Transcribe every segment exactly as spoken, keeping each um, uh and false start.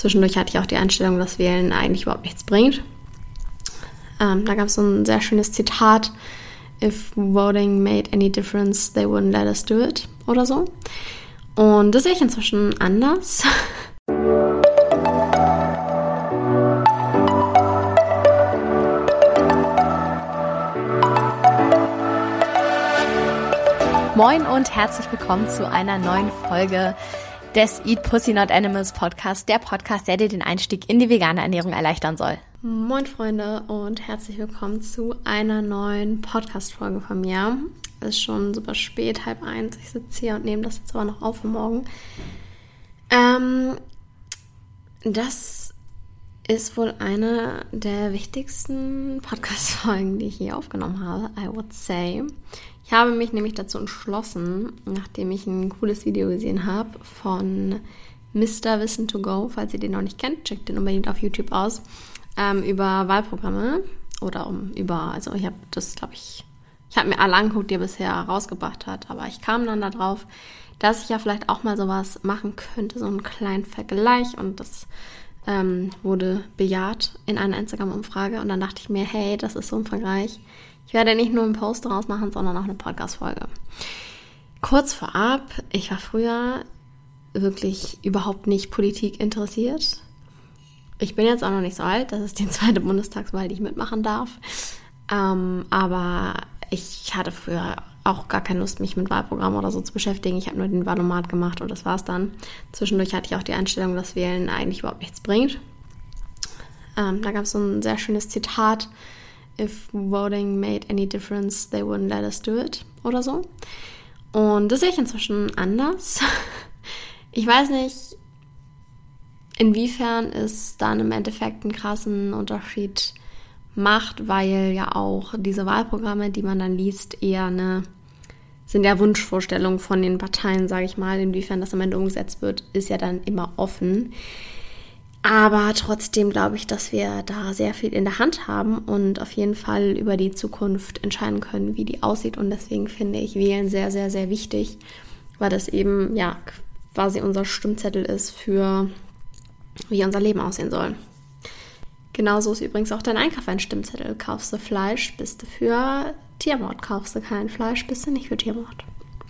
Zwischendurch hatte ich auch die Einstellung, dass Wählen eigentlich überhaupt nichts bringt. Ähm, da gab es so ein sehr schönes Zitat: If voting made any difference, they wouldn't let us do it oder so. Und das sehe ich inzwischen anders. Moin und herzlich willkommen zu einer neuen Folge des Eat Pussy Not Animals Podcast, der Podcast, der dir den Einstieg in die vegane Ernährung erleichtern soll. Moin Freunde und herzlich willkommen zu einer neuen Podcast-Folge von mir. Es ist schon super spät, halb eins. Ich sitze hier und nehme das jetzt aber noch auf für morgen. Ähm, das ist wohl eine der wichtigsten Podcast-Folgen, die ich je aufgenommen habe, I would say. Ich habe mich nämlich dazu entschlossen, nachdem ich ein cooles Video gesehen habe von Mister Wissen to Go, falls ihr den noch nicht kennt, checkt den unbedingt auf YouTube aus, ähm, über Wahlprogramme oder um über, also ich habe das, glaube ich, ich habe mir alle angeguckt, die er bisher rausgebracht hat, aber ich kam dann darauf, dass ich ja vielleicht auch mal sowas machen könnte, so einen kleinen Vergleich, und das ähm, wurde bejaht in einer Instagram-Umfrage und dann dachte ich mir, hey, das ist so ein Vergleich. Ich werde nicht nur einen Post daraus machen, sondern auch eine Podcast-Folge. Kurz vorab, ich war früher wirklich überhaupt nicht Politik interessiert. Ich bin jetzt auch noch nicht so alt, das ist die zweite Bundestagswahl, die ich mitmachen darf. Ähm, aber ich hatte früher auch gar keine Lust, mich mit Wahlprogrammen oder so zu beschäftigen. Ich habe nur den Wahlomat gemacht und das war's dann. Zwischendurch hatte ich auch die Einstellung, dass Wählen eigentlich überhaupt nichts bringt. Ähm, da gab es so ein sehr schönes Zitat: If voting made any difference, they wouldn't let us do it oder so. Und das sehe ich inzwischen anders. Ich weiß nicht, inwiefern es dann im Endeffekt einen krassen Unterschied macht, weil ja auch diese Wahlprogramme, die man dann liest, eher eine, sind ja Wunschvorstellungen von den Parteien, sage ich mal. Inwiefern das am Ende umgesetzt wird, ist ja dann immer offen. Aber trotzdem glaube ich, dass wir da sehr viel in der Hand haben und auf jeden Fall über die Zukunft entscheiden können, wie die aussieht. Und deswegen finde ich Wählen sehr, sehr, sehr wichtig, weil das eben ja quasi unser Stimmzettel ist für, wie unser Leben aussehen soll. Genauso ist übrigens auch dein Einkauf ein Stimmzettel. Kaufst du Fleisch, bist du für Tiermord. Kaufst du kein Fleisch, bist du nicht für Tiermord.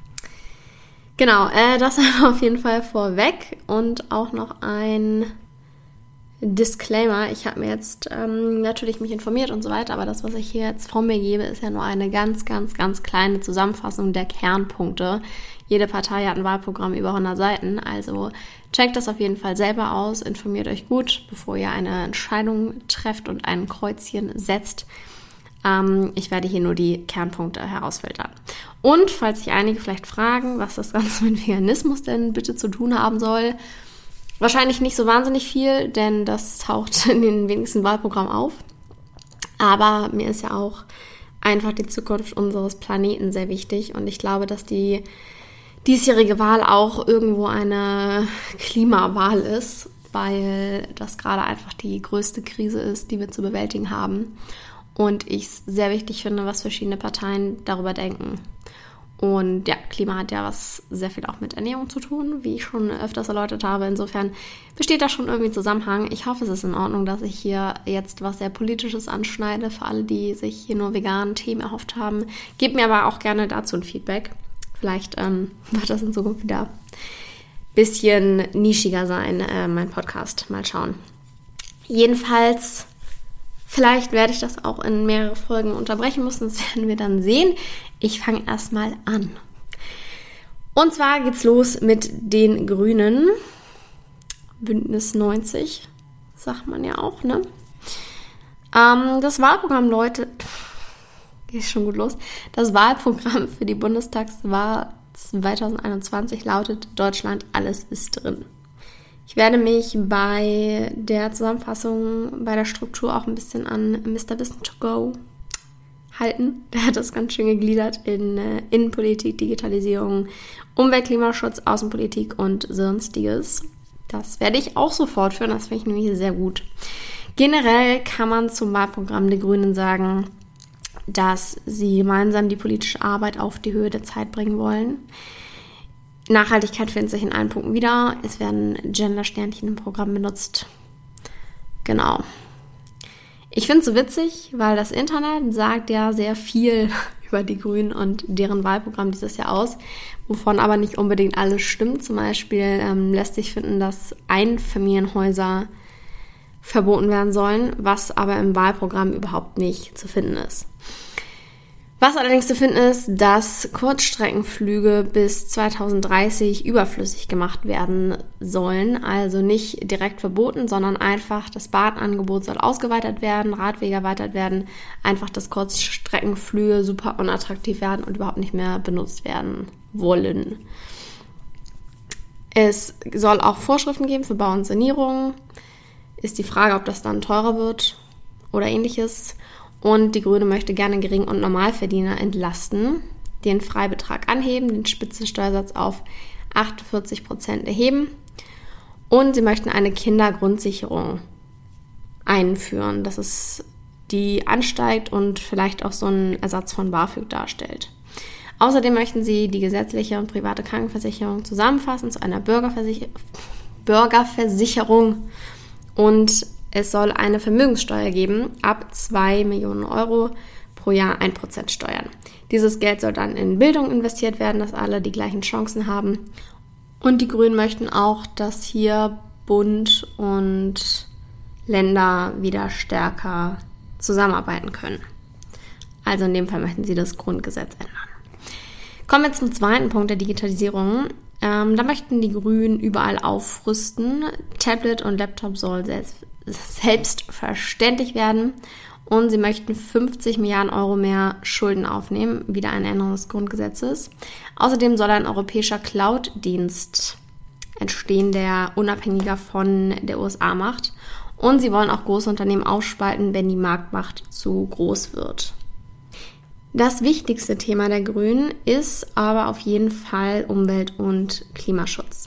Genau, äh, das auf jeden Fall vorweg. Und auch noch ein Disclaimer: Ich habe mir jetzt ähm, natürlich mich informiert und so weiter, aber das, was ich hier jetzt von mir gebe, ist ja nur eine ganz, ganz, ganz kleine Zusammenfassung der Kernpunkte. Jede Partei hat ein Wahlprogramm über hundert Seiten, also checkt das auf jeden Fall selber aus, informiert euch gut, bevor ihr eine Entscheidung trefft und ein Kreuzchen setzt. Ähm, ich werde hier nur die Kernpunkte herausfiltern. Und falls sich einige vielleicht fragen, was das Ganze mit Veganismus denn bitte zu tun haben soll, wahrscheinlich nicht so wahnsinnig viel, denn das taucht in den wenigsten Wahlprogrammen auf. Aber mir ist ja auch einfach die Zukunft unseres Planeten sehr wichtig. Und ich glaube, dass die diesjährige Wahl auch irgendwo eine Klimawahl ist, weil das gerade einfach die größte Krise ist, die wir zu bewältigen haben. Und ich es sehr wichtig finde, was verschiedene Parteien darüber denken. Und ja, Klima hat ja was sehr viel auch mit Ernährung zu tun, wie ich schon öfters erläutert habe. Insofern besteht da schon irgendwie ein Zusammenhang. Ich hoffe, es ist in Ordnung, dass ich hier jetzt was sehr Politisches anschneide, für alle, die sich hier nur veganen Themen erhofft haben. Gebt mir aber auch gerne dazu ein Feedback. Vielleicht ähm, wird das in Zukunft wieder ein bisschen nischiger sein, äh, mein Podcast. Mal schauen. Jedenfalls, vielleicht werde ich das auch in mehrere Folgen unterbrechen müssen, das werden wir dann sehen. Ich fange erstmal an. Und zwar geht's los mit den Grünen. Bündnis neunzig, sagt man ja auch, ne? Ähm, das Wahlprogramm, Leute, geht schon gut los. Das Wahlprogramm für die Bundestagswahl zwanzig einundzwanzig lautet: Deutschland, alles ist drin. Ich werde mich bei der Zusammenfassung, bei der Struktur auch ein bisschen an Mister Wissen to Go halten. Der hat das ganz schön gegliedert in äh, Innenpolitik, Digitalisierung, Umwelt, Klimaschutz, Außenpolitik und Sonstiges. Das werde ich auch so fortführen, das finde ich nämlich sehr gut. Generell kann man zum Wahlprogramm der Grünen sagen, dass sie gemeinsam die politische Arbeit auf die Höhe der Zeit bringen wollen. Nachhaltigkeit findet sich in allen Punkten wieder. Es werden Gender-Sternchen im Programm benutzt. Genau. Ich finde es so witzig, weil das Internet sagt ja sehr viel über die Grünen und deren Wahlprogramm dieses Jahr aus, wovon aber nicht unbedingt alles stimmt. Zum Beispiel ähm, lässt sich finden, dass Einfamilienhäuser verboten werden sollen, was aber im Wahlprogramm überhaupt nicht zu finden ist. Was allerdings zu finden ist, dass Kurzstreckenflüge bis zweitausenddreißig überflüssig gemacht werden sollen. Also nicht direkt verboten, sondern einfach das Bahnangebot soll ausgeweitet werden, Radwege erweitert werden, einfach, dass Kurzstreckenflüge super unattraktiv werden und überhaupt nicht mehr benutzt werden wollen. Es soll auch Vorschriften geben für Bau und Sanierung. Ist die Frage, ob das dann teurer wird oder ähnliches. Und die Grüne möchte gerne Gering- und Normalverdiener entlasten, den Freibetrag anheben, den Spitzensteuersatz auf achtundvierzig Prozent erheben und sie möchten eine Kindergrundsicherung einführen, dass es die ansteigt und vielleicht auch so einen Ersatz von BAföG darstellt. Außerdem möchten sie die gesetzliche und private Krankenversicherung zusammenfassen zu einer Bürgerversicher- Bürgerversicherung und es soll eine Vermögenssteuer geben, ab zwei Millionen Euro pro Jahr ein Prozent Steuern. Dieses Geld soll dann in Bildung investiert werden, dass alle die gleichen Chancen haben. Und die Grünen möchten auch, dass hier Bund und Länder wieder stärker zusammenarbeiten können. Also in dem Fall möchten sie das Grundgesetz ändern. Kommen wir zum zweiten Punkt der Digitalisierung. Ähm, da möchten die Grünen überall aufrüsten. Tablet und Laptop soll selbst selbstverständlich werden und sie möchten fünfzig Milliarden Euro mehr Schulden aufnehmen, wieder eine Änderung des Grundgesetzes. Außerdem soll ein europäischer Cloud-Dienst entstehen, der unabhängiger von der U S A macht und sie wollen auch große Unternehmen aufspalten, wenn die Marktmacht zu groß wird. Das wichtigste Thema der Grünen ist aber auf jeden Fall Umwelt- und Klimaschutz.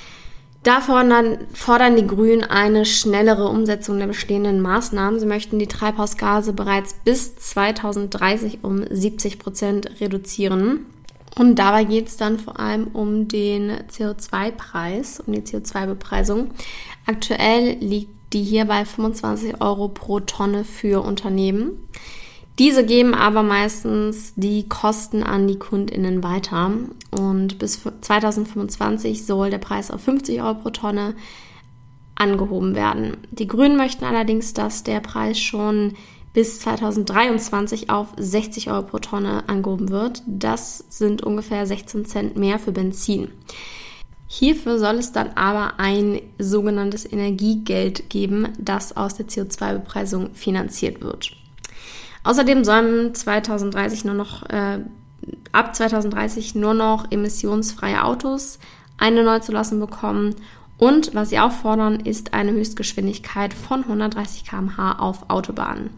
Da fordern, fordern die Grünen eine schnellere Umsetzung der bestehenden Maßnahmen. Sie möchten die Treibhausgase bereits bis zweitausenddreißig um siebzig Prozent reduzieren. Und dabei geht es dann vor allem um den C O zwei Preis, um die C O zwei Bepreisung. Aktuell liegt die hier bei fünfundzwanzig Euro pro Tonne für Unternehmen. Diese geben aber meistens die Kosten an die KundInnen weiter und bis zweitausendfünfundzwanzig soll der Preis auf fünfzig Euro pro Tonne angehoben werden. Die Grünen möchten allerdings, dass der Preis schon bis zweitausenddreiundzwanzig auf sechzig Euro pro Tonne angehoben wird. Das sind ungefähr sechzehn Cent mehr für Benzin. Hierfür soll es dann aber ein sogenanntes Energiegeld geben, das aus der C O zwei Bepreisung finanziert wird. Außerdem sollen zweitausenddreißig nur noch, äh, ab zweitausenddreißig nur noch emissionsfreie Autos eine Neuzulassung bekommen. Und was sie auch fordern, ist eine Höchstgeschwindigkeit von hundertdreißig Kilometer pro Stunde auf Autobahnen.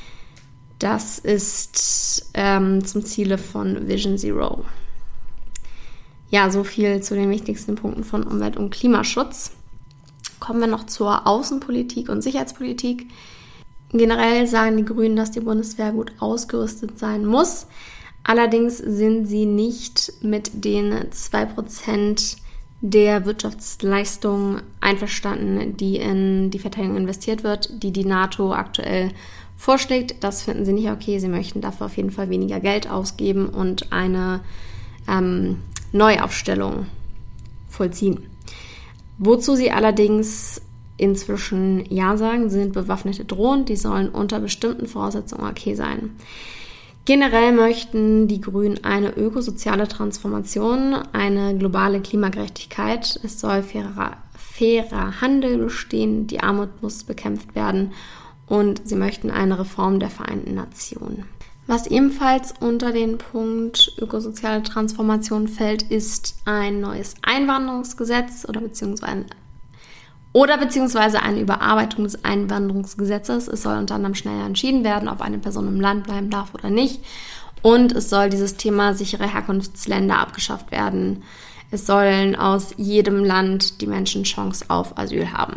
Das ist ähm, zum Ziele von Vision Zero. Ja, so viel zu den wichtigsten Punkten von Umwelt- und Klimaschutz. Kommen wir noch zur Außenpolitik und Sicherheitspolitik. Generell sagen die Grünen, dass die Bundeswehr gut ausgerüstet sein muss. Allerdings sind sie nicht mit den zwei Prozent der Wirtschaftsleistung einverstanden, die in die Verteidigung investiert wird, die die NATO aktuell vorschlägt. Das finden sie nicht okay. Sie möchten dafür auf jeden Fall weniger Geld ausgeben und eine ähm, Neuaufstellung vollziehen. Wozu sie allerdings inzwischen Ja sagen, sind bewaffnete Drohnen, die sollen unter bestimmten Voraussetzungen okay sein. Generell möchten die Grünen eine ökosoziale Transformation, eine globale Klimagerechtigkeit, es soll fairer, fairer Handel bestehen, die Armut muss bekämpft werden und sie möchten eine Reform der Vereinten Nationen. Was ebenfalls unter den Punkt ökosoziale Transformation fällt, ist ein neues Einwanderungsgesetz oder beziehungsweise Oder beziehungsweise eine Überarbeitung des Einwanderungsgesetzes. Es soll unter anderem schneller entschieden werden, ob eine Person im Land bleiben darf oder nicht. Und es soll dieses Thema sichere Herkunftsländer abgeschafft werden. Es sollen aus jedem Land die Menschen Chance auf Asyl haben.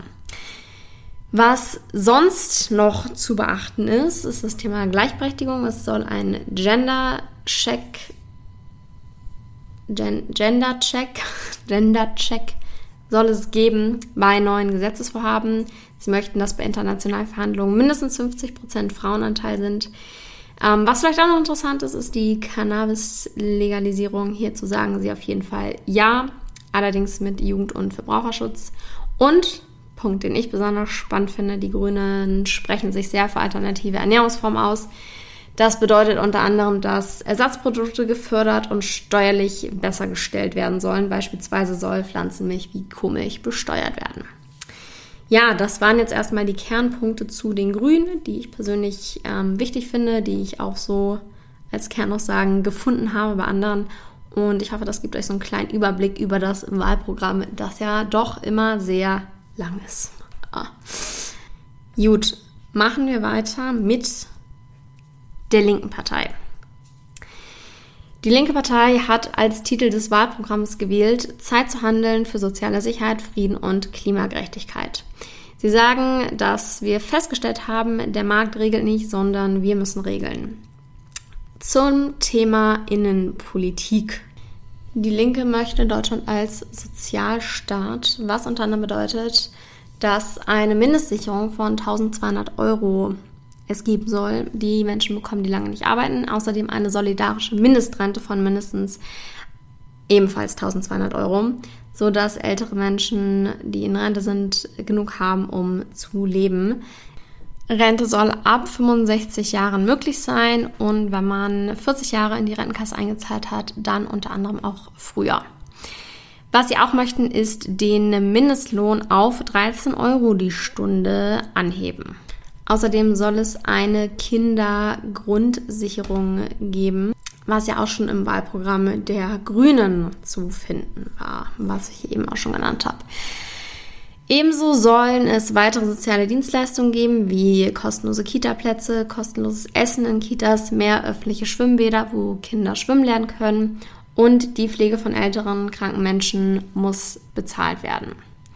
Was sonst noch zu beachten ist, ist das Thema Gleichberechtigung. Es soll ein Gender-Check Gen- Gender-Check, Gender-Check soll es geben bei neuen Gesetzesvorhaben. Sie möchten, dass bei internationalen Verhandlungen mindestens fünfzig Prozent Frauenanteil sind. Ähm, was vielleicht auch noch interessant ist, ist die Cannabis-Legalisierung. Hierzu sagen sie auf jeden Fall ja, allerdings mit Jugend- und Verbraucherschutz. Und, Punkt, den ich besonders spannend finde, die Grünen sprechen sich sehr für alternative Ernährungsformen aus. Das bedeutet unter anderem, dass Ersatzprodukte gefördert und steuerlich besser gestellt werden sollen. Beispielsweise soll Pflanzenmilch wie Kuhmilch besteuert werden. Ja, das waren jetzt erstmal die Kernpunkte zu den Grünen, die ich persönlich ähm, wichtig finde, die ich auch so als Kernaussagen gefunden habe bei anderen. Und ich hoffe, das gibt euch so einen kleinen Überblick über das Wahlprogramm, das ja doch immer sehr lang ist. Ah. Gut, machen wir weiter mit der linken Partei. Die linke Partei hat als Titel des Wahlprogramms gewählt: Zeit zu handeln für soziale Sicherheit, Frieden und Klimagerechtigkeit. Sie sagen, dass wir festgestellt haben, der Markt regelt nicht, sondern wir müssen regeln. Zum Thema Innenpolitik. Die Linke möchte Deutschland als Sozialstaat, was unter anderem bedeutet, dass eine Mindestsicherung von eintausendzweihundert Euro es geben soll, die Menschen bekommen, die lange nicht arbeiten. Außerdem eine solidarische Mindestrente von mindestens ebenfalls eintausendzweihundert Euro, sodass ältere Menschen, die in Rente sind, genug haben, um zu leben. Rente soll ab fünfundsechzig Jahren möglich sein und wenn man vierzig Jahre in die Rentenkasse eingezahlt hat, dann unter anderem auch früher. Was sie auch möchten, ist den Mindestlohn auf dreizehn Euro die Stunde anheben. Außerdem soll es eine Kindergrundsicherung geben, was ja auch schon im Wahlprogramm der Grünen zu finden war, was ich eben auch schon genannt habe. Ebenso sollen es weitere soziale Dienstleistungen geben, wie kostenlose Kita-Plätze, kostenloses Essen in Kitas, mehr öffentliche Schwimmbäder, wo Kinder schwimmen lernen können und die Pflege von älteren, kranken Menschen muss bezahlt werden.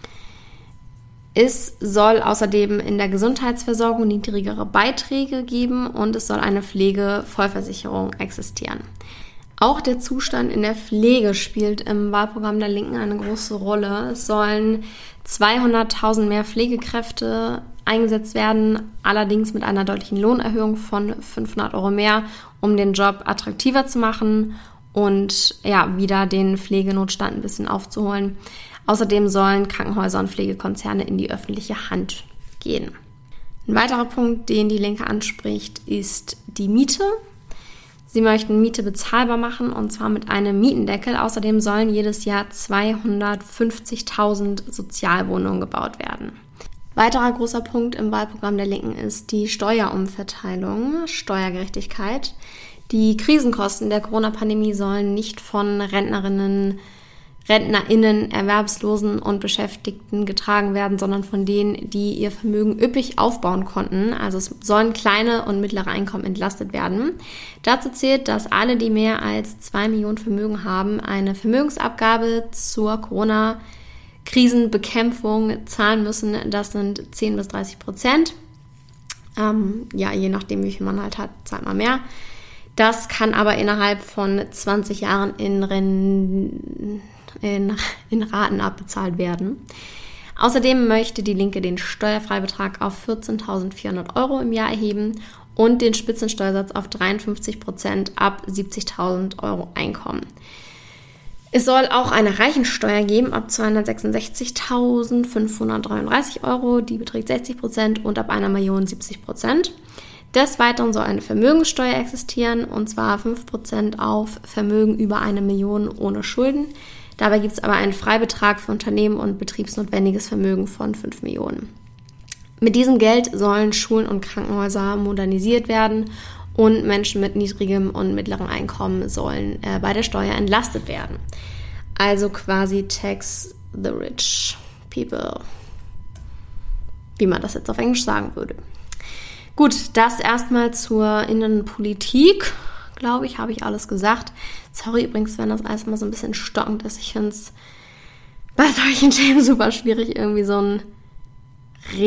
Es soll außerdem in der Gesundheitsversorgung niedrigere Beiträge geben und es soll eine Pflegevollversicherung existieren. Auch der Zustand in der Pflege spielt im Wahlprogramm der Linken eine große Rolle. Es sollen zweihunderttausend mehr Pflegekräfte eingesetzt werden, allerdings mit einer deutlichen Lohnerhöhung von fünfhundert Euro mehr, um den Job attraktiver zu machen und ja, wieder den Pflegenotstand ein bisschen aufzuholen. Außerdem sollen Krankenhäuser und Pflegekonzerne in die öffentliche Hand gehen. Ein weiterer Punkt, den die Linke anspricht, ist die Miete. Sie möchten Miete bezahlbar machen und zwar mit einem Mietendeckel. Außerdem sollen jedes Jahr zweihundertfünfzigtausend Sozialwohnungen gebaut werden. Weiterer großer Punkt im Wahlprogramm der Linken ist die Steuerumverteilung, Steuergerechtigkeit. Die Krisenkosten der Corona-Pandemie sollen nicht von Rentnerinnen, RentnerInnen, Erwerbslosen und Beschäftigten getragen werden, sondern von denen, die ihr Vermögen üppig aufbauen konnten. Also es sollen kleine und mittlere Einkommen entlastet werden. Dazu zählt, dass alle, die mehr als zwei Millionen Vermögen haben, eine Vermögensabgabe zur Corona-Krisenbekämpfung zahlen müssen. Das sind zehn bis dreißig Prozent. Ähm, ja, je nachdem, wie viel man halt hat, zahlt man mehr. Das kann aber innerhalb von zwanzig Jahren in Rennen In, in Raten abbezahlt werden. Außerdem möchte die Linke den Steuerfreibetrag auf vierzehntausendvierhundert Euro im Jahr erheben und den Spitzensteuersatz auf dreiundfünfzig Prozent ab siebzigtausend Euro Einkommen. Es soll auch eine Reichensteuer geben ab zweihundertsechsundsechzigtausendfünfhundertdreiunddreißig Euro, die beträgt sechzig Prozent und ab einer Million siebzig Prozent. Des Weiteren soll eine Vermögenssteuer existieren und zwar fünf Prozent auf Vermögen über eine Million ohne Schulden. Dabei gibt es aber einen Freibetrag für Unternehmen und betriebsnotwendiges Vermögen von fünf Millionen. Mit diesem Geld sollen Schulen und Krankenhäuser modernisiert werden und Menschen mit niedrigem und mittlerem Einkommen sollen äh, bei der Steuer entlastet werden. Also quasi tax the rich people, wie man das jetzt auf Englisch sagen würde. Gut, das erstmal zur Innenpolitik. Glaube ich, habe ich alles gesagt. Sorry übrigens, wenn das alles mal so ein bisschen stockend ist. Ich finde es bei solchen Themen super schwierig, irgendwie so einen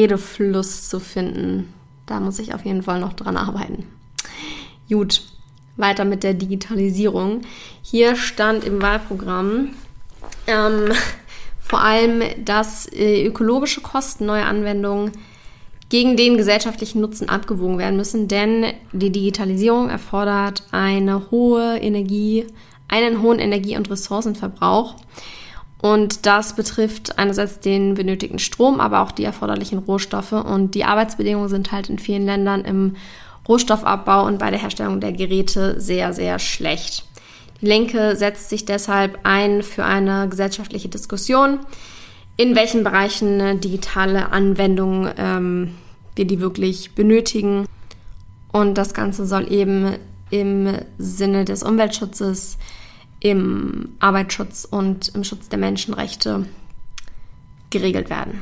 Redefluss zu finden. Da muss ich auf jeden Fall noch dran arbeiten. Gut, weiter mit der Digitalisierung. Hier stand im Wahlprogramm ähm, vor allem, dass äh, ökologische Kosten neuer Anwendungen gegen den gesellschaftlichen Nutzen abgewogen werden müssen, denn die Digitalisierung erfordert eine hohe Energie, einen hohen Energie- und Ressourcenverbrauch. Und das betrifft einerseits den benötigten Strom, aber auch die erforderlichen Rohstoffe. Und die Arbeitsbedingungen sind halt in vielen Ländern im Rohstoffabbau und bei der Herstellung der Geräte sehr, sehr schlecht. Die Linke setzt sich deshalb ein für eine gesellschaftliche Diskussion, in welchen Bereichen digitale Anwendungen ähm, wir die wirklich benötigen. Und das Ganze soll eben im Sinne des Umweltschutzes, im Arbeitsschutz und im Schutz der Menschenrechte geregelt werden.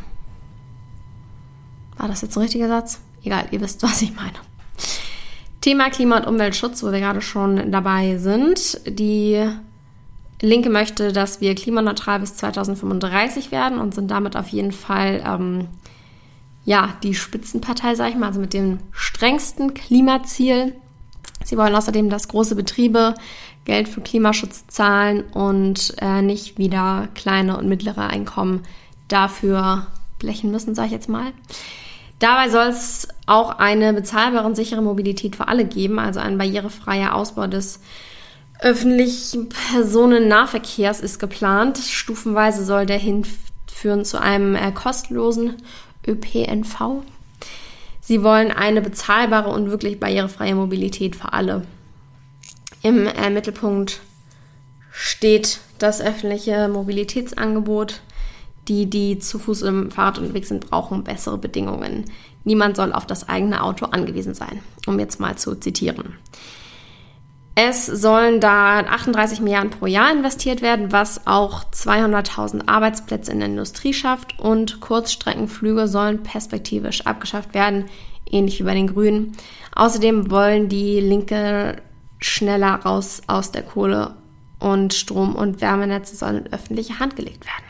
War das jetzt ein richtiger Satz? Egal, ihr wisst, was ich meine. Thema Klima- und Umweltschutz, wo wir gerade schon dabei sind. Die Linke möchte, dass wir klimaneutral bis zweitausendfünfunddreißig werden und sind damit auf jeden Fall ähm, ja, die Spitzenpartei, sag ich mal, also mit dem strengsten Klimaziel. Sie wollen außerdem, dass große Betriebe Geld für Klimaschutz zahlen und äh, nicht wieder kleine und mittlere Einkommen dafür blechen müssen, sage ich jetzt mal. Dabei soll es auch eine bezahlbare und sichere Mobilität für alle geben, also ein barrierefreier Ausbau des öffentlichen Personennahverkehrs ist geplant. Stufenweise soll der hinführen zu einem äh, kostenlosen Ö P N V. Sie wollen eine bezahlbare und wirklich barrierefreie Mobilität für alle. Im äh, Mittelpunkt steht das öffentliche Mobilitätsangebot. Die, die zu Fuß im Fahrrad unterwegs sind, brauchen bessere Bedingungen. Niemand soll auf das eigene Auto angewiesen sein, um jetzt mal zu zitieren. Es sollen da achtunddreißig Milliarden pro Jahr investiert werden, was auch zweihunderttausend Arbeitsplätze in der Industrie schafft, und Kurzstreckenflüge sollen perspektivisch abgeschafft werden, ähnlich wie bei den Grünen. Außerdem wollen die Linke schneller raus aus der Kohle, und Strom- und Wärmenetze sollen in öffentliche Hand gelegt werden.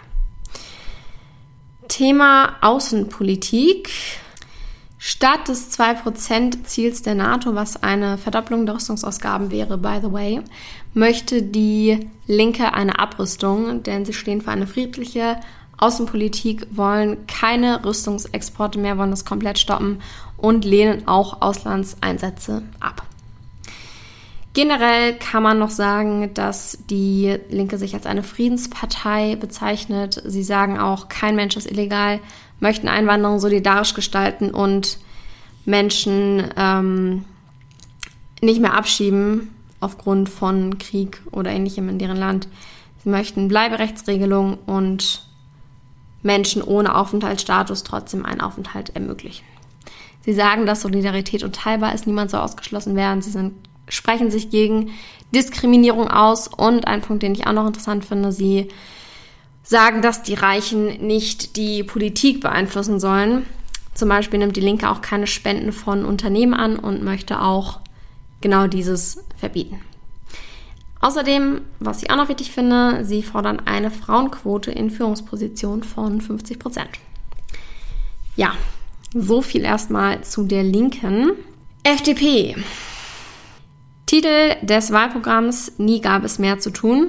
Thema Außenpolitik. Statt des zwei Prozent Ziels der NATO, was eine Verdopplung der Rüstungsausgaben wäre, by the way, möchte die Linke eine Abrüstung, denn sie stehen für eine friedliche Außenpolitik, wollen keine Rüstungsexporte mehr, wollen das komplett stoppen und lehnen auch Auslandseinsätze ab. Generell kann man noch sagen, dass die Linke sich als eine Friedenspartei bezeichnet. Sie sagen auch, kein Mensch ist illegal, möchten Einwanderung solidarisch gestalten und Menschen ähm, nicht mehr abschieben aufgrund von Krieg oder Ähnlichem in deren Land. Sie möchten Bleiberechtsregelungen und Menschen ohne Aufenthaltsstatus trotzdem einen Aufenthalt ermöglichen. Sie sagen, dass Solidarität unteilbar ist, niemand soll ausgeschlossen werden. Sie sind sprechen sich gegen Diskriminierung aus, und ein Punkt, den ich auch noch interessant finde, sie sagen, dass die Reichen nicht die Politik beeinflussen sollen. Zum Beispiel nimmt die Linke auch keine Spenden von Unternehmen an und möchte auch genau dieses verbieten. Außerdem, was ich auch noch wichtig finde, sie fordern eine Frauenquote in Führungspositionen von fünfzig Prozent. Ja, so viel erstmal zu der Linken. F D P. Titel des Wahlprogramms: Nie gab es mehr zu tun.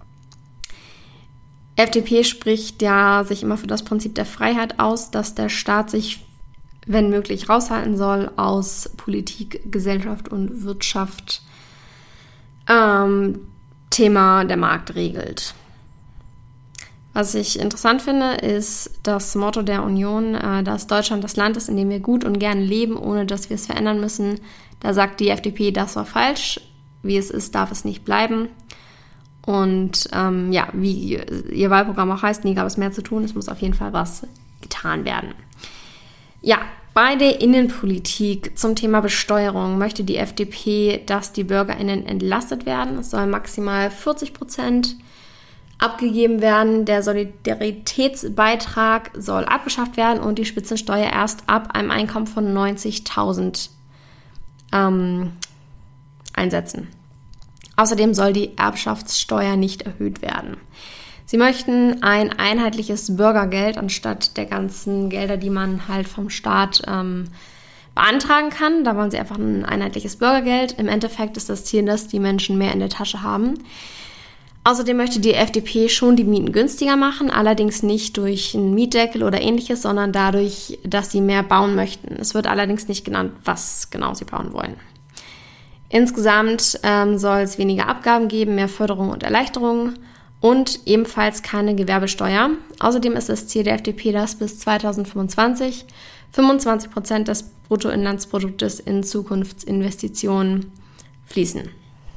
F D P spricht ja sich immer für das Prinzip der Freiheit aus, dass der Staat sich, wenn möglich, raushalten soll aus Politik, Gesellschaft und Wirtschaft. Ähm, Thema der Markt regelt. Was ich interessant finde, ist das Motto der Union, äh, dass Deutschland das Land ist, in dem wir gut und gerne leben, ohne dass wir es verändern müssen. Da sagt die F D P, das war falsch. Wie es ist, darf es nicht bleiben. Und ähm, ja, wie ihr Wahlprogramm auch heißt, nie gab es mehr zu tun. Es muss auf jeden Fall was getan werden. Ja, bei der Innenpolitik zum Thema Besteuerung möchte die F D P, dass die BürgerInnen entlastet werden. Es soll maximal vierzig Prozent abgegeben werden. Der Solidaritätsbeitrag soll abgeschafft werden und die Spitzensteuer erst ab einem Einkommen von neunzigtausend ähm, einsetzen. Außerdem soll die Erbschaftssteuer nicht erhöht werden. Sie möchten ein einheitliches Bürgergeld anstatt der ganzen Gelder, die man halt vom Staat ähm, beantragen kann. Da wollen sie einfach ein einheitliches Bürgergeld. Im Endeffekt ist das Ziel, dass die Menschen mehr in der Tasche haben. Außerdem möchte die F D P schon die Mieten günstiger machen, allerdings nicht durch einen Mietdeckel oder ähnliches, sondern dadurch, dass sie mehr bauen möchten. Es wird allerdings nicht genannt, was genau sie bauen wollen. Insgesamt ähm, soll es weniger Abgaben geben, mehr Förderung und Erleichterung und ebenfalls keine Gewerbesteuer. Außerdem ist das Ziel der F D P, dass bis zweitausendfünfundzwanzig fünfundzwanzig Prozent des Bruttoinlandsproduktes in Zukunftsinvestitionen fließen.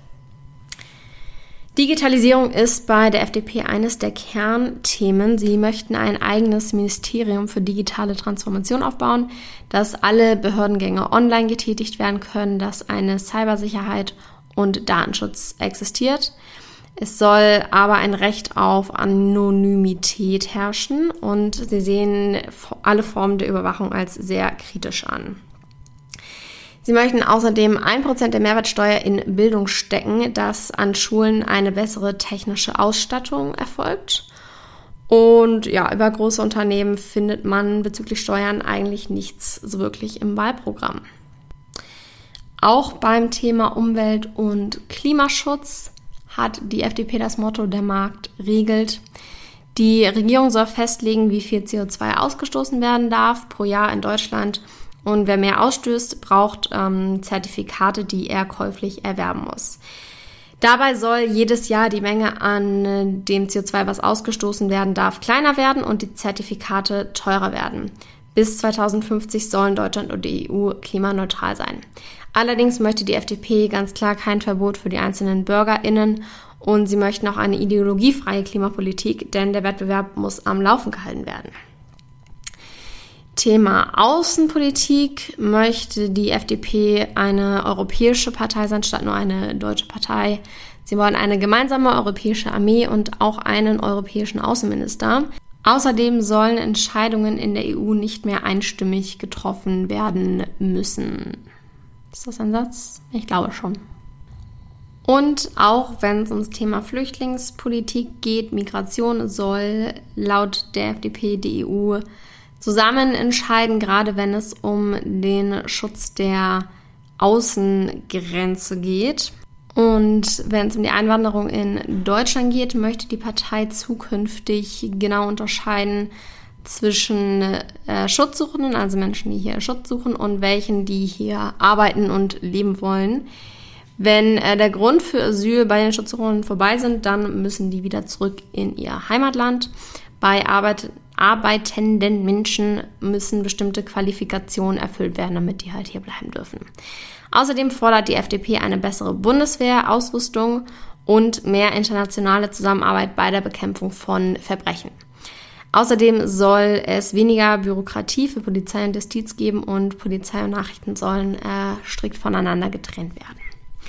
Digitalisierung ist bei der F D P eines der Kernthemen. Sie möchten ein eigenes Ministerium für digitale Transformation aufbauen, dass alle Behördengänge online getätigt werden können, dass eine Cybersicherheit und Datenschutz existiert. Es soll aber ein Recht auf Anonymität herrschen und sie sehen alle Formen der Überwachung als sehr kritisch an. Sie möchten außerdem ein Prozent der Mehrwertsteuer in Bildung stecken, dass an Schulen eine bessere technische Ausstattung erfolgt. Und ja, über große Unternehmen findet man bezüglich Steuern eigentlich nichts so wirklich im Wahlprogramm. Auch beim Thema Umwelt- und Klimaschutz hat die F D P das Motto, der Markt regelt. Die Regierung soll festlegen, wie viel C O zwei ausgestoßen werden darf pro Jahr in Deutschland. Und wer mehr ausstößt, braucht ähm, Zertifikate, die er käuflich erwerben muss. Dabei soll jedes Jahr die Menge an äh, dem C O zwei, was ausgestoßen werden darf, kleiner werden und die Zertifikate teurer werden. Bis zweitausendfünfzig sollen Deutschland und die E U klimaneutral sein. Allerdings möchte die F D P ganz klar kein Verbot für die einzelnen BürgerInnen und sie möchten auch eine ideologiefreie Klimapolitik, denn der Wettbewerb muss am Laufen gehalten werden. Thema Außenpolitik möchte die F D P eine europäische Partei sein, statt nur eine deutsche Partei. Sie wollen eine gemeinsame europäische Armee und auch einen europäischen Außenminister. Außerdem sollen Entscheidungen in der E U nicht mehr einstimmig getroffen werden müssen. Ist das ein Satz? Ich glaube schon. Und auch wenn es ums Thema Flüchtlingspolitik geht, Migration, soll laut der F D P die E U zusammen entscheiden, gerade wenn es um den Schutz der Außengrenze geht. Und wenn es um die Einwanderung in Deutschland geht, möchte die Partei zukünftig genau unterscheiden zwischen äh, Schutzsuchenden, also Menschen, die hier Schutz suchen, und welchen, die hier arbeiten und leben wollen. Wenn äh, der Grund für Asyl bei den Schutzsuchenden vorbei sind, dann müssen die wieder zurück in ihr Heimatland. Bei Arbeit, arbeitenden Menschen müssen bestimmte Qualifikationen erfüllt werden, damit die halt hier bleiben dürfen. Außerdem fordert die F D P eine bessere Bundeswehrausrüstung und mehr internationale Zusammenarbeit bei der Bekämpfung von Verbrechen. Außerdem soll es weniger Bürokratie für Polizei und Justiz geben und Polizei und Nachrichten sollen äh, strikt voneinander getrennt werden.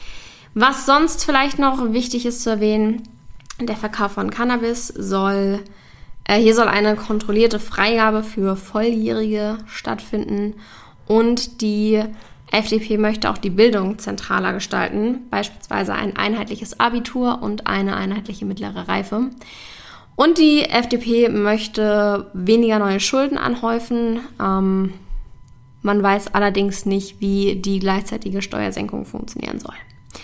Was sonst vielleicht noch wichtig ist zu erwähnen, der Verkauf von Cannabis soll Hier soll eine kontrollierte Freigabe für Volljährige stattfinden und die F D P möchte auch die Bildung zentraler gestalten, beispielsweise ein einheitliches Abitur und eine einheitliche mittlere Reife. Und die F D P möchte weniger neue Schulden anhäufen. Ähm, man weiß allerdings nicht, wie die gleichzeitige Steuersenkung funktionieren soll.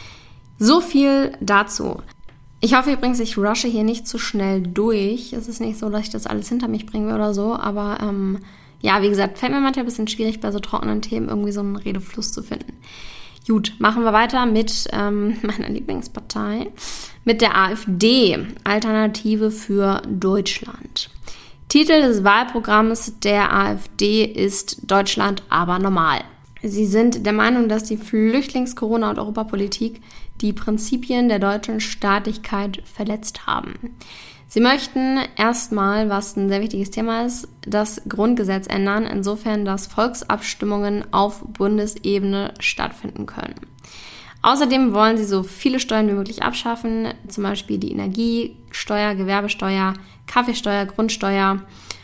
So viel dazu. Ich hoffe übrigens, ich rushe hier nicht zu schnell durch. Es ist nicht so, dass ich das alles hinter mich bringen will oder so. Aber ähm, ja, wie gesagt, fällt mir manchmal ein bisschen schwierig, bei so trockenen Themen irgendwie so einen Redefluss zu finden. Gut, machen wir weiter mit ähm, meiner Lieblingspartei, mit der AfD, Alternative für Deutschland. Titel des Wahlprogramms der AfD ist Deutschland aber normal. Sie sind der Meinung, dass die Flüchtlings-, Corona- und Europapolitik die Prinzipien der deutschen Staatlichkeit verletzt haben. Sie möchten erstmal, was ein sehr wichtiges Thema ist, das Grundgesetz ändern, insofern, dass Volksabstimmungen auf Bundesebene stattfinden können. Außerdem wollen sie so viele Steuern wie möglich abschaffen, zum Beispiel die Energiesteuer, Gewerbesteuer, Kaffeesteuer, Grundsteuer,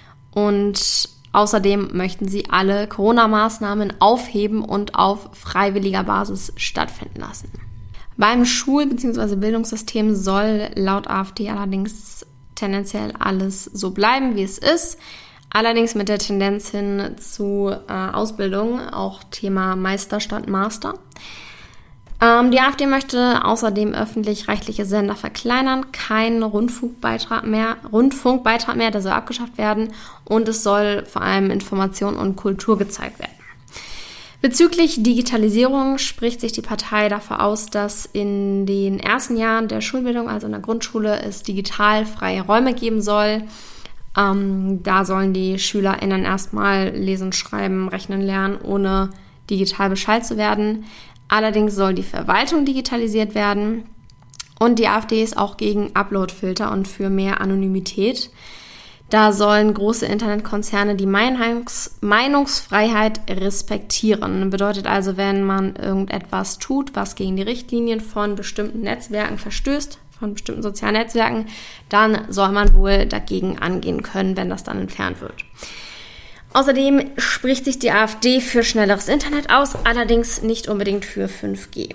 und außerdem möchten sie alle Corona-Maßnahmen aufheben und auf freiwilliger Basis stattfinden lassen. Beim Schul- bzw. Bildungssystem soll laut AfD allerdings tendenziell alles so bleiben, wie es ist. allerdings mit der Tendenz hin zu äh, Ausbildung, auch Thema Meister statt Master. Ähm, die AfD möchte außerdem öffentlich-rechtliche Sender verkleinern, kein Rundfunkbeitrag mehr, Rundfunkbeitrag mehr, der soll abgeschafft werden und es soll vor allem Information und Kultur gezeigt werden. Bezüglich Digitalisierung spricht sich die Partei dafür aus, dass in den ersten Jahren der Schulbildung, also in der Grundschule, es digital freie Räume geben soll. Ähm, da sollen die SchülerInnen erstmal lesen, schreiben, rechnen lernen, ohne digital Bescheid zu werden. Allerdings soll die Verwaltung digitalisiert werden und die AfD ist auch gegen Uploadfilter und für mehr Anonymität. Da sollen große Internetkonzerne die Meinungs- Meinungsfreiheit respektieren. Bedeutet also, wenn man irgendetwas tut, was gegen die Richtlinien von bestimmten Netzwerken verstößt, von bestimmten sozialen Netzwerken, dann soll man wohl dagegen angehen können, wenn das dann entfernt wird. Außerdem spricht sich die AfD für schnelleres Internet aus, allerdings nicht unbedingt für fünf G.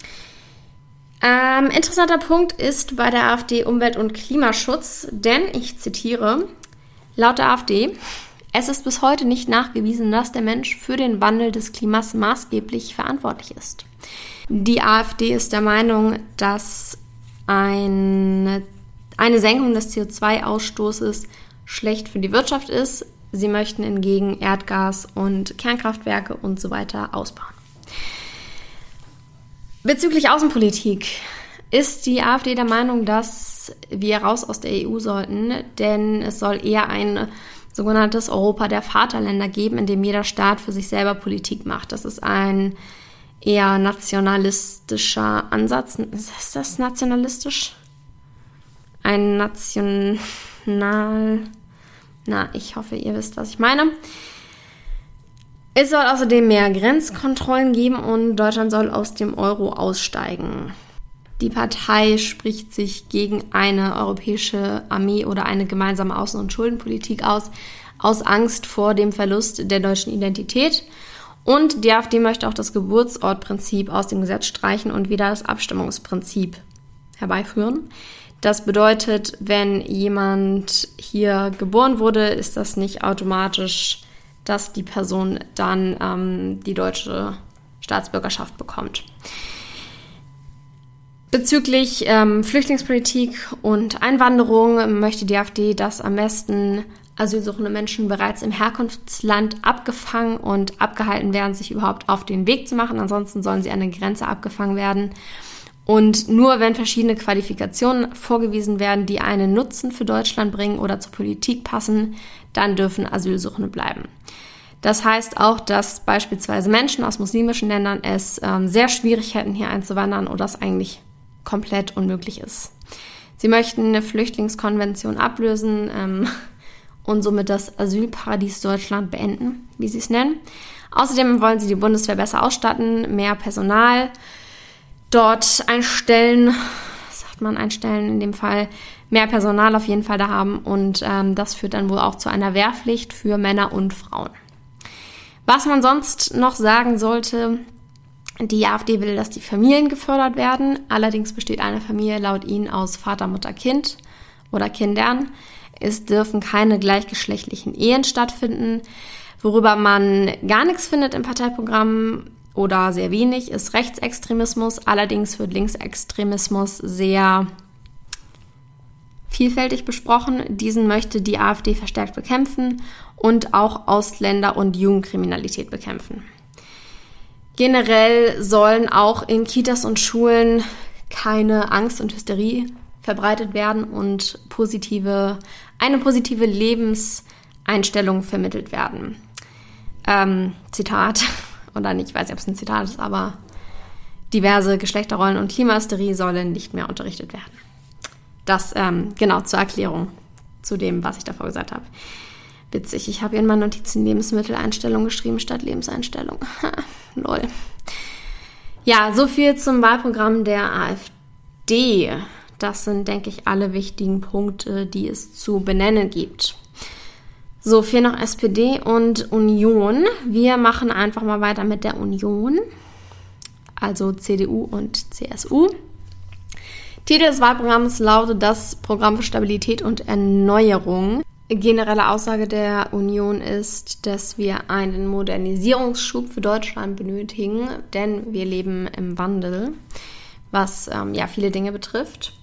Ähm, interessanter Punkt ist bei der AfD Umwelt- und Klimaschutz, denn, ich zitiere, laut der AfD, es ist bis heute nicht nachgewiesen, dass der Mensch für den Wandel des Klimas maßgeblich verantwortlich ist. Die AfD ist der Meinung, dass eine, eine Senkung des C O zwei Ausstoßes schlecht für die Wirtschaft ist. Sie möchten hingegen Erdgas und Kernkraftwerke und so weiter ausbauen. Bezüglich Außenpolitik ist die AfD der Meinung, dass wir raus aus der E U sollten, denn es soll eher ein sogenanntes Europa der Vaterländer geben, in dem jeder Staat für sich selber Politik macht. Das ist ein eher nationalistischer Ansatz. Ist das nationalistisch? Ein national... Na, ich hoffe, ihr wisst, was ich meine. Es soll außerdem mehr Grenzkontrollen geben und Deutschland soll aus dem Euro aussteigen. Die Partei spricht sich gegen eine europäische Armee oder eine gemeinsame Außen- und Schuldenpolitik aus, aus Angst vor dem Verlust der deutschen Identität. Und die AfD möchte auch das Geburtsortprinzip aus dem Gesetz streichen und wieder das Abstimmungsprinzip herbeiführen. Das bedeutet, wenn jemand hier geboren wurde, ist das nicht automatisch, dass die Person dann ähm, die deutsche Staatsbürgerschaft bekommt. Bezüglich ähm, Flüchtlingspolitik und Einwanderung möchte die AfD, dass am besten asylsuchende Menschen bereits im Herkunftsland abgefangen und abgehalten werden, sich überhaupt auf den Weg zu machen. Ansonsten sollen sie an der Grenze abgefangen werden. Und nur wenn verschiedene Qualifikationen vorgewiesen werden, die einen Nutzen für Deutschland bringen oder zur Politik passen, dann dürfen Asylsuchende bleiben. Das heißt auch, dass beispielsweise Menschen aus muslimischen Ländern es ähm, sehr schwierig hätten, hier einzuwandern oder es eigentlich komplett unmöglich ist. Sie möchten eine Flüchtlingskonvention ablösen ähm, und somit das Asylparadies Deutschland beenden, wie sie es nennen. Außerdem wollen sie die Bundeswehr besser ausstatten, mehr Personal dort einstellen, sagt man einstellen in dem Fall, mehr Personal auf jeden Fall da haben und ähm, das führt dann wohl auch zu einer Wehrpflicht für Männer und Frauen. Was man sonst noch sagen sollte, die AfD will, dass die Familien gefördert werden, allerdings besteht eine Familie laut ihnen aus Vater, Mutter, Kind oder Kindern. Es dürfen keine gleichgeschlechtlichen Ehen stattfinden, worüber man gar nichts findet im Parteiprogramm, oder sehr wenig, ist Rechtsextremismus. Allerdings wird Linksextremismus sehr vielfältig besprochen. Diesen möchte die AfD verstärkt bekämpfen und auch Ausländer- und Jugendkriminalität bekämpfen. Generell sollen auch in Kitas und Schulen keine Angst und Hysterie verbreitet werden und positive, eine positive Lebenseinstellung vermittelt werden. Ähm, Zitat. Oder nicht, ich weiß nicht, ob es ein Zitat ist, aber diverse Geschlechterrollen und Klimahysterie sollen nicht mehr unterrichtet werden. Das, ähm, genau, zur Erklärung zu dem, was ich davor gesagt habe. Witzig, ich habe in meinen Notizen Lebensmitteleinstellung geschrieben statt Lebenseinstellung. Lol. Ja, so viel zum Wahlprogramm der AfD. Das sind, denke ich, alle wichtigen Punkte, die es zu benennen gibt. So, viel noch S P D und Union. Wir machen einfach mal weiter mit der Union, also C D U und C S U. Titel des Wahlprogramms lautet das Programm für Stabilität und Erneuerung. Generelle Aussage der Union ist, dass wir einen Modernisierungsschub für Deutschland benötigen, denn wir leben im Wandel, was ähm, ja viele Dinge betrifft.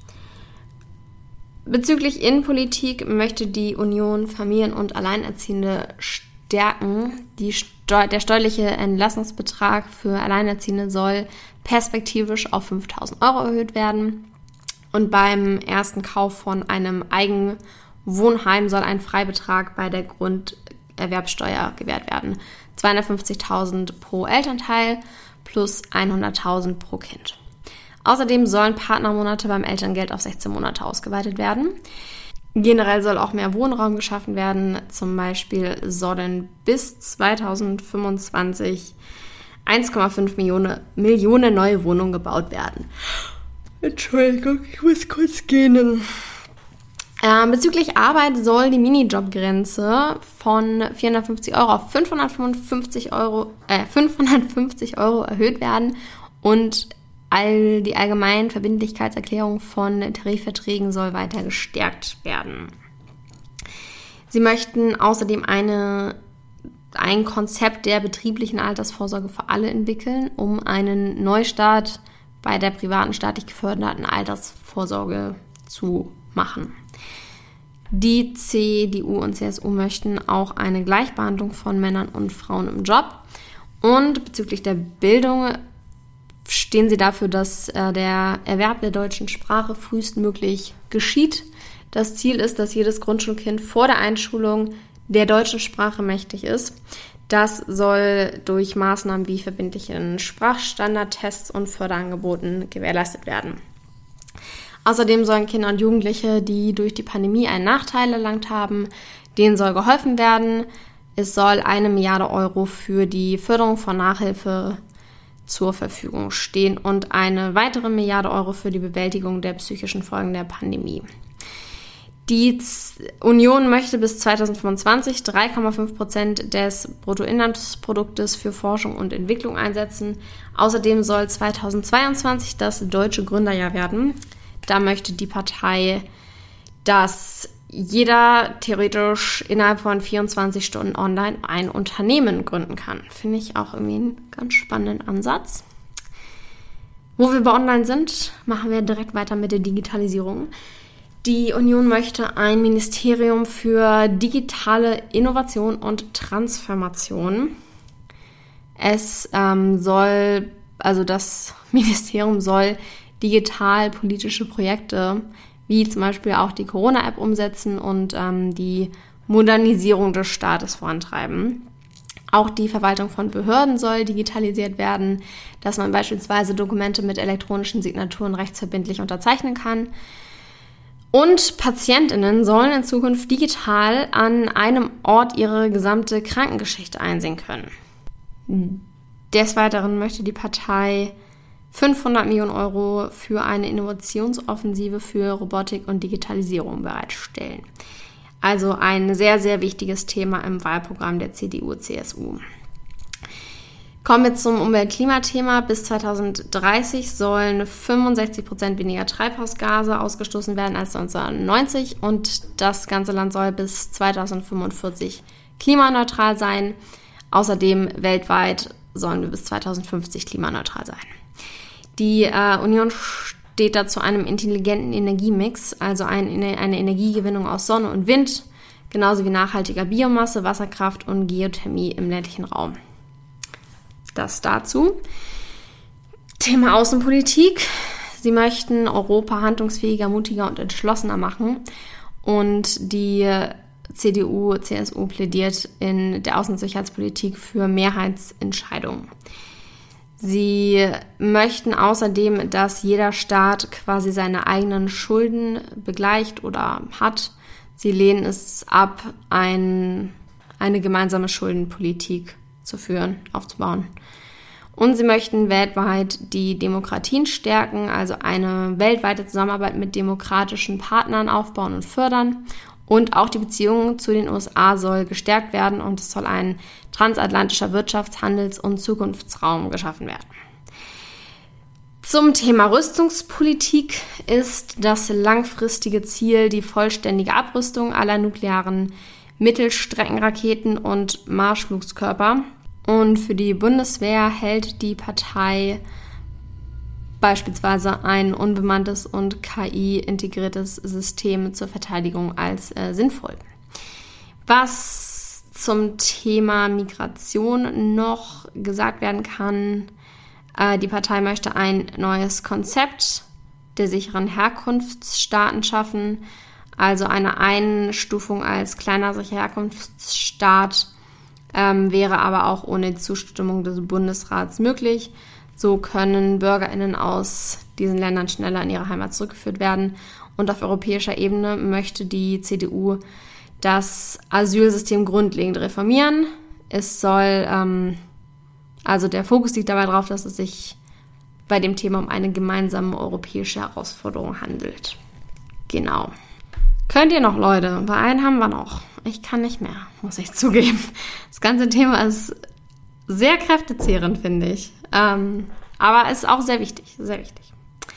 Bezüglich Innenpolitik möchte die Union Familien- und Alleinerziehende stärken. Die Steu- der steuerliche Entlastungsbetrag für Alleinerziehende soll perspektivisch auf fünftausend Euro erhöht werden. Und beim ersten Kauf von einem Eigenwohnheim soll ein Freibetrag bei der Grunderwerbsteuer gewährt werden. zweihundertfünfzigtausend pro Elternteil plus hunderttausend pro Kind. Außerdem sollen Partnermonate beim Elterngeld auf sechzehn Monate ausgeweitet werden. Generell soll auch mehr Wohnraum geschaffen werden. Zum Beispiel sollen bis zweitausendfünfundzwanzig eins Komma fünf Millionen, Millionen neue Wohnungen gebaut werden. Entschuldigung, ich muss kurz gehen. Äh, bezüglich Arbeit soll die Minijobgrenze von vierhundertfünfzig Euro auf fünfhundertfünfzig Euro, äh, fünfhundertfünfzig Euro erhöht werden und all die allgemeinen Verbindlichkeitserklärung von Tarifverträgen soll weiter gestärkt werden. Sie möchten außerdem eine, ein Konzept der betrieblichen Altersvorsorge für alle entwickeln, um einen Neustart bei der privaten staatlich geförderten Altersvorsorge zu machen. Die C D U und C S U möchten auch eine Gleichbehandlung von Männern und Frauen im Job. Und bezüglich der Bildung stehen sie dafür, dass äh, der Erwerb der deutschen Sprache frühestmöglich geschieht. Das Ziel ist, dass jedes Grundschulkind vor der Einschulung der deutschen Sprache mächtig ist. Das soll durch Maßnahmen wie verbindlichen Sprachstandardtests und Förderangeboten gewährleistet werden. Außerdem sollen Kinder und Jugendliche, die durch die Pandemie einen Nachteil erlangt haben, denen soll geholfen werden. Es soll eine Milliarde Euro für die Förderung von Nachhilfe zur Verfügung stehen und eine weitere Milliarde Euro für die Bewältigung der psychischen Folgen der Pandemie. Die Union möchte bis zweitausendfünfundzwanzig drei Komma fünf Prozent des Bruttoinlandsproduktes für Forschung und Entwicklung einsetzen. Außerdem soll zweitausendzweiundzwanzig das deutsche Gründerjahr werden. Da möchte die Partei, dass jeder theoretisch innerhalb von vierundzwanzig Stunden online ein Unternehmen gründen kann. Finde ich auch irgendwie einen ganz spannenden Ansatz. Wo wir bei Online sind, machen wir direkt weiter mit der Digitalisierung. Die Union möchte ein Ministerium für digitale Innovation und Transformation. Es ähm, soll, also das Ministerium soll digital-politische Projekte wie zum Beispiel auch die Corona-App umsetzen und ähm, die Modernisierung des Staates vorantreiben. Auch die Verwaltung von Behörden soll digitalisiert werden, dass man beispielsweise Dokumente mit elektronischen Signaturen rechtsverbindlich unterzeichnen kann. Und PatientInnen sollen in Zukunft digital an einem Ort ihre gesamte Krankengeschichte einsehen können. Des Weiteren möchte die Partei fünfhundert Millionen Euro für eine Innovationsoffensive für Robotik und Digitalisierung bereitstellen. Also ein sehr, sehr wichtiges Thema im Wahlprogramm der C D U C S U. Kommen wir zum Umwelt-Klima-Thema. Bis zweitausenddreißig sollen fünfundsechzig Prozent weniger Treibhausgase ausgestoßen werden als neunzehnhundertneunzig und das ganze Land soll bis zweitausendfünfundvierzig klimaneutral sein. Außerdem weltweit sollen wir bis zweitausendfünfzig klimaneutral sein. Die äh, Union steht da zu einem intelligenten Energiemix, also ein, eine Energiegewinnung aus Sonne und Wind, genauso wie nachhaltiger Biomasse, Wasserkraft und Geothermie im ländlichen Raum. Das dazu. Thema Außenpolitik. Sie möchten Europa handlungsfähiger, mutiger und entschlossener machen. Und die C D U, C S U plädiert in der Außen- und Sicherheitspolitik für Mehrheitsentscheidungen. Sie möchten außerdem, dass jeder Staat quasi seine eigenen Schulden begleicht oder hat. Sie lehnen es ab, ein, eine gemeinsame Schuldenpolitik zu führen, aufzubauen. Und sie möchten weltweit die Demokratien stärken, also eine weltweite Zusammenarbeit mit demokratischen Partnern aufbauen und fördern. Und auch die Beziehung zu den U S A soll gestärkt werden und es soll ein transatlantischer Wirtschafts-, Handels- und Zukunftsraum geschaffen werden. Zum Thema Rüstungspolitik ist das langfristige Ziel die vollständige Abrüstung aller nuklearen Mittelstreckenraketen und Marschflugkörper. Und für die Bundeswehr hält die Partei beispielsweise ein unbemanntes und K I-integriertes System zur Verteidigung als äh, sinnvoll. Was zum Thema Migration noch gesagt werden kann, äh, die Partei möchte ein neues Konzept der sicheren Herkunftsstaaten schaffen, also eine Einstufung als kleiner sicherer Herkunftsstaat ähm, wäre aber auch ohne Zustimmung des Bundesrats möglich. So können BürgerInnen aus diesen Ländern schneller in ihre Heimat zurückgeführt werden. Und auf europäischer Ebene möchte die C D U das Asylsystem grundlegend reformieren. Es soll, ähm, also der Fokus liegt dabei darauf, dass es sich bei dem Thema um eine gemeinsame europäische Herausforderung handelt. Genau. Könnt ihr noch, Leute? Bei einen haben wir noch. Ich kann nicht mehr, muss ich zugeben. Das ganze Thema ist sehr kräftezehrend, finde ich. Ähm, aber ist auch sehr wichtig, sehr wichtig.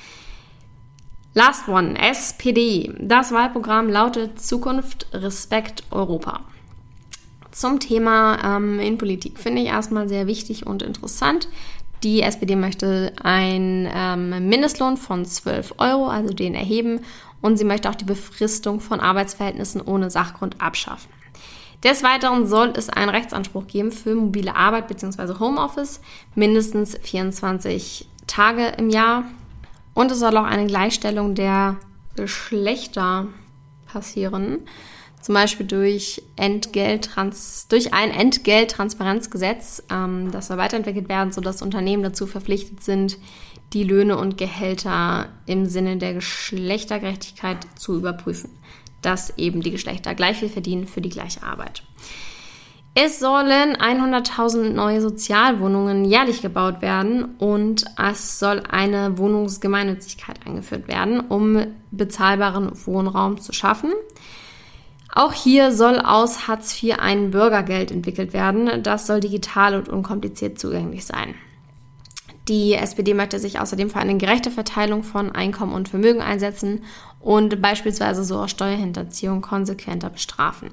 Last one, S P D. Das Wahlprogramm lautet Zukunft, Respekt, Europa. Zum Thema ähm, Innenpolitik finde ich erstmal sehr wichtig und interessant. Die S P D möchte einen ähm, Mindestlohn von zwölf Euro, also den erheben. Und sie möchte auch die Befristung von Arbeitsverhältnissen ohne Sachgrund abschaffen. Des Weiteren soll es einen Rechtsanspruch geben für mobile Arbeit bzw. Homeoffice, mindestens vierundzwanzig Tage im Jahr. Und es soll auch eine Gleichstellung der Geschlechter passieren, zum Beispiel durch, Entgelttrans- durch ein Entgelttransparenzgesetz. Ähm, das soll weiterentwickelt werden, sodass Unternehmen dazu verpflichtet sind, die Löhne und Gehälter im Sinne der Geschlechtergerechtigkeit zu überprüfen, dass eben die Geschlechter gleich viel verdienen für die gleiche Arbeit. Es sollen hunderttausend neue Sozialwohnungen jährlich gebaut werden und es soll eine Wohnungsgemeinnützigkeit eingeführt werden, um bezahlbaren Wohnraum zu schaffen. Auch hier soll aus Hartz vier ein Bürgergeld entwickelt werden. Das soll digital und unkompliziert zugänglich sein. Die S P D möchte sich außerdem für eine gerechte Verteilung von Einkommen und Vermögen einsetzen und beispielsweise so auch Steuerhinterziehung konsequenter bestrafen.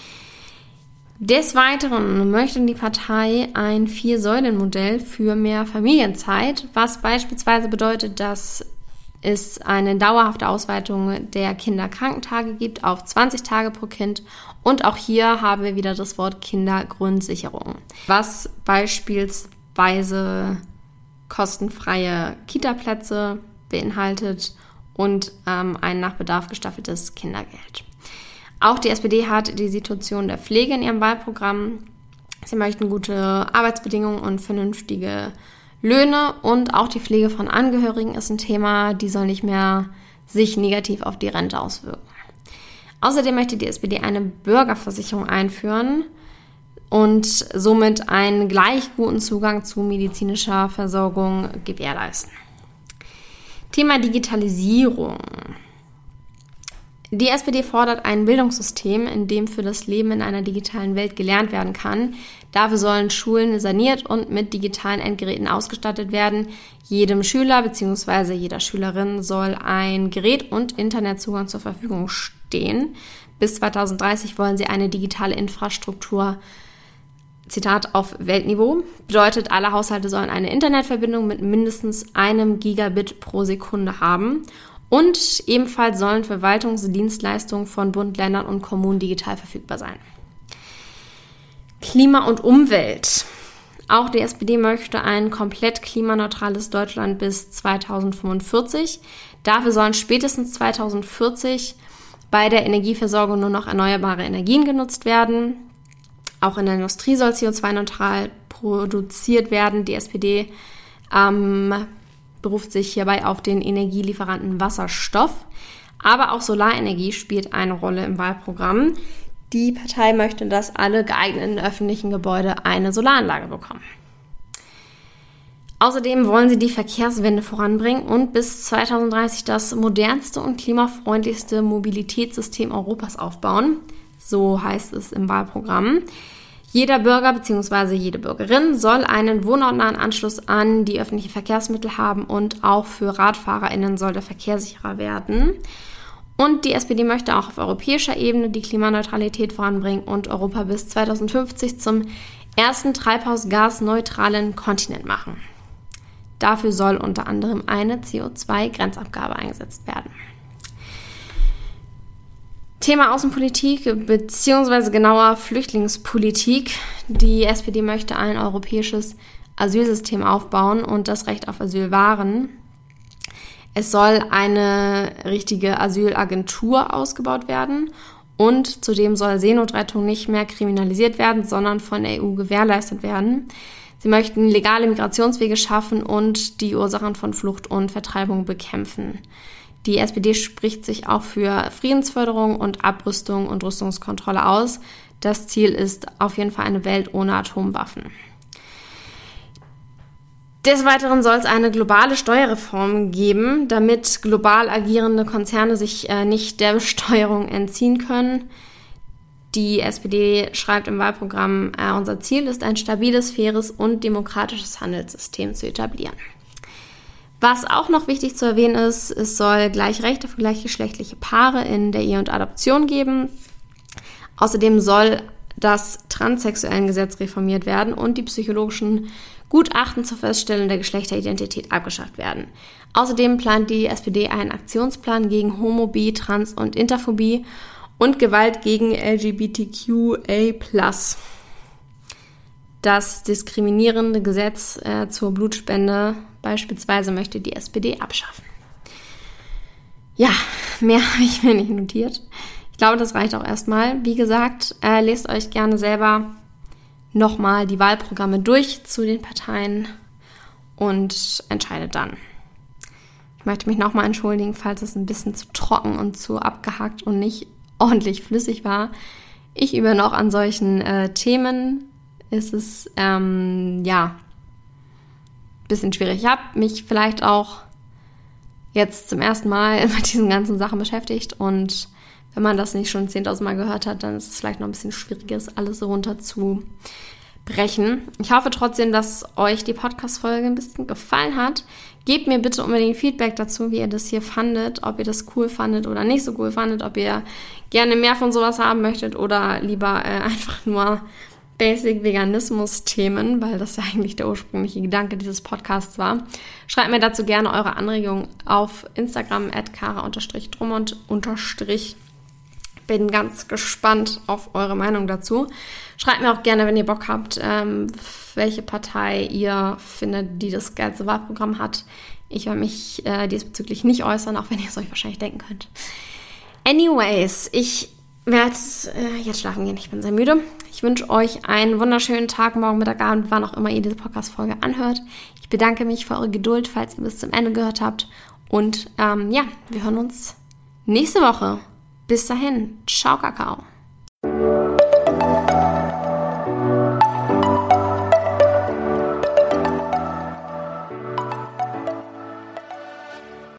Des Weiteren möchte die Partei ein Vier-Säulen-Modell für mehr Familienzeit, was beispielsweise bedeutet, dass es eine dauerhafte Ausweitung der Kinderkrankentage gibt auf zwanzig Tage pro Kind. Und auch hier haben wir wieder das Wort Kindergrundsicherung, was beispielsweise kostenfreie Kita-Plätze beinhaltet und ähm, ein nach Bedarf gestaffeltes Kindergeld. Auch die S P D hat die Situation der Pflege in ihrem Wahlprogramm. Sie möchten gute Arbeitsbedingungen und vernünftige Löhne und auch die Pflege von Angehörigen ist ein Thema, die soll nicht mehr sich negativ auf die Rente auswirken. Außerdem möchte die S P D eine Bürgerversicherung einführen und somit einen gleich guten Zugang zu medizinischer Versorgung gewährleisten. Thema Digitalisierung. Die S P D fordert ein Bildungssystem, in dem für das Leben in einer digitalen Welt gelernt werden kann. Dafür sollen Schulen saniert und mit digitalen Endgeräten ausgestattet werden. Jedem Schüler bzw. jeder Schülerin soll ein Gerät und Internetzugang zur Verfügung stehen. Bis zweitausenddreißig wollen sie eine digitale Infrastruktur, Zitat, auf Weltniveau. Bedeutet, alle Haushalte sollen eine Internetverbindung mit mindestens einem Gigabit pro Sekunde haben. Und ebenfalls sollen Verwaltungsdienstleistungen von Bund, Ländern und Kommunen digital verfügbar sein. Klima und Umwelt. Auch die S P D möchte ein komplett klimaneutrales Deutschland bis zweitausendfünfundvierzig. Dafür sollen spätestens zweitausendvierzig bei der Energieversorgung nur noch erneuerbare Energien genutzt werden. Auch in der Industrie soll C O zwei neutral produziert werden. Die S P D ähm, beruft sich hierbei auf den Energielieferanten Wasserstoff. Aber auch Solarenergie spielt eine Rolle im Wahlprogramm. Die Partei möchte, dass alle geeigneten öffentlichen Gebäude eine Solaranlage bekommen. Außerdem wollen sie die Verkehrswende voranbringen und bis zweitausenddreißig das modernste und klimafreundlichste Mobilitätssystem Europas aufbauen. So heißt es im Wahlprogramm. Jeder Bürger bzw. jede Bürgerin soll einen wohnortnahen Anschluss an die öffentlichen Verkehrsmittel haben und auch für RadfahrerInnen soll der Verkehr sicherer werden. Und die S P D möchte auch auf europäischer Ebene die Klimaneutralität voranbringen und Europa bis zweitausendfünfzig zum ersten treibhausgasneutralen Kontinent machen. Dafür soll unter anderem eine C O zwei Grenzabgabe eingesetzt werden. Thema Außenpolitik bzw. genauer Flüchtlingspolitik. Die S P D möchte ein europäisches Asylsystem aufbauen und das Recht auf Asyl wahren. Es soll eine richtige Asylagentur ausgebaut werden und zudem soll Seenotrettung nicht mehr kriminalisiert werden, sondern von der E U gewährleistet werden. Sie möchten legale Migrationswege schaffen und die Ursachen von Flucht und Vertreibung bekämpfen. Die S P D spricht sich auch für Friedensförderung und Abrüstung und Rüstungskontrolle aus. Das Ziel ist auf jeden Fall eine Welt ohne Atomwaffen. Des Weiteren soll es eine globale Steuerreform geben, damit global agierende Konzerne sich äh, nicht der Besteuerung entziehen können. Die S P D schreibt im Wahlprogramm, äh, unser Ziel ist, ein stabiles, faires und demokratisches Handelssystem zu etablieren. Was auch noch wichtig zu erwähnen ist, es soll Gleichrechte für gleichgeschlechtliche Paare in der Ehe und Adoption geben. Außerdem soll das Transsexuellengesetz reformiert werden und die psychologischen Gutachten zur Feststellung der Geschlechteridentität abgeschafft werden. Außerdem plant die S P D einen Aktionsplan gegen Homo-, Bi-, Trans- und Interphobie und Gewalt gegen L G B T Q A plus. Das diskriminierende Gesetz äh, zur Blutspende beispielsweise möchte die S P D abschaffen. Ja, mehr habe ich mir nicht notiert. Ich glaube, das reicht auch erstmal. Wie gesagt, äh, lest euch gerne selber nochmal die Wahlprogramme durch zu den Parteien und entscheidet dann. Ich möchte mich nochmal entschuldigen, falls es ein bisschen zu trocken und zu abgehackt und nicht ordentlich flüssig war. Ich übe noch an solchen äh, Themen. Ist es, ähm, ja, ein bisschen schwierig. Ich habe mich vielleicht auch jetzt zum ersten Mal mit diesen ganzen Sachen beschäftigt und wenn man das nicht schon zehntausend Mal gehört hat, dann ist es vielleicht noch ein bisschen schwieriger, alles so runter zu brechen. Ich hoffe trotzdem, dass euch die Podcast-Folge ein bisschen gefallen hat. Gebt mir bitte unbedingt Feedback dazu, wie ihr das hier fandet, ob ihr das cool fandet oder nicht so cool fandet, ob ihr gerne mehr von sowas haben möchtet oder lieber äh, einfach nur Basic-Veganismus-Themen, weil das ja eigentlich der ursprüngliche Gedanke dieses Podcasts war. Schreibt mir dazu gerne eure Anregungen auf Instagram at kara drummond unterstrich. Bin ganz gespannt auf eure Meinung dazu. Schreibt mir auch gerne, wenn ihr Bock habt, ähm, welche Partei ihr findet, die das geilste Wahlprogramm hat. Ich werde mich äh, diesbezüglich nicht äußern, auch wenn ihr es euch wahrscheinlich denken könnt. Anyways, ich werde äh, jetzt schlafen gehen. Ich bin sehr müde. Ich wünsche euch einen wunderschönen Tag, morgen, Mittag, Abend, wann auch immer ihr diese Podcast-Folge anhört. Ich bedanke mich für eure Geduld, falls ihr bis zum Ende gehört habt. Und ähm, ja, wir hören uns nächste Woche. Bis dahin, ciao Kakao.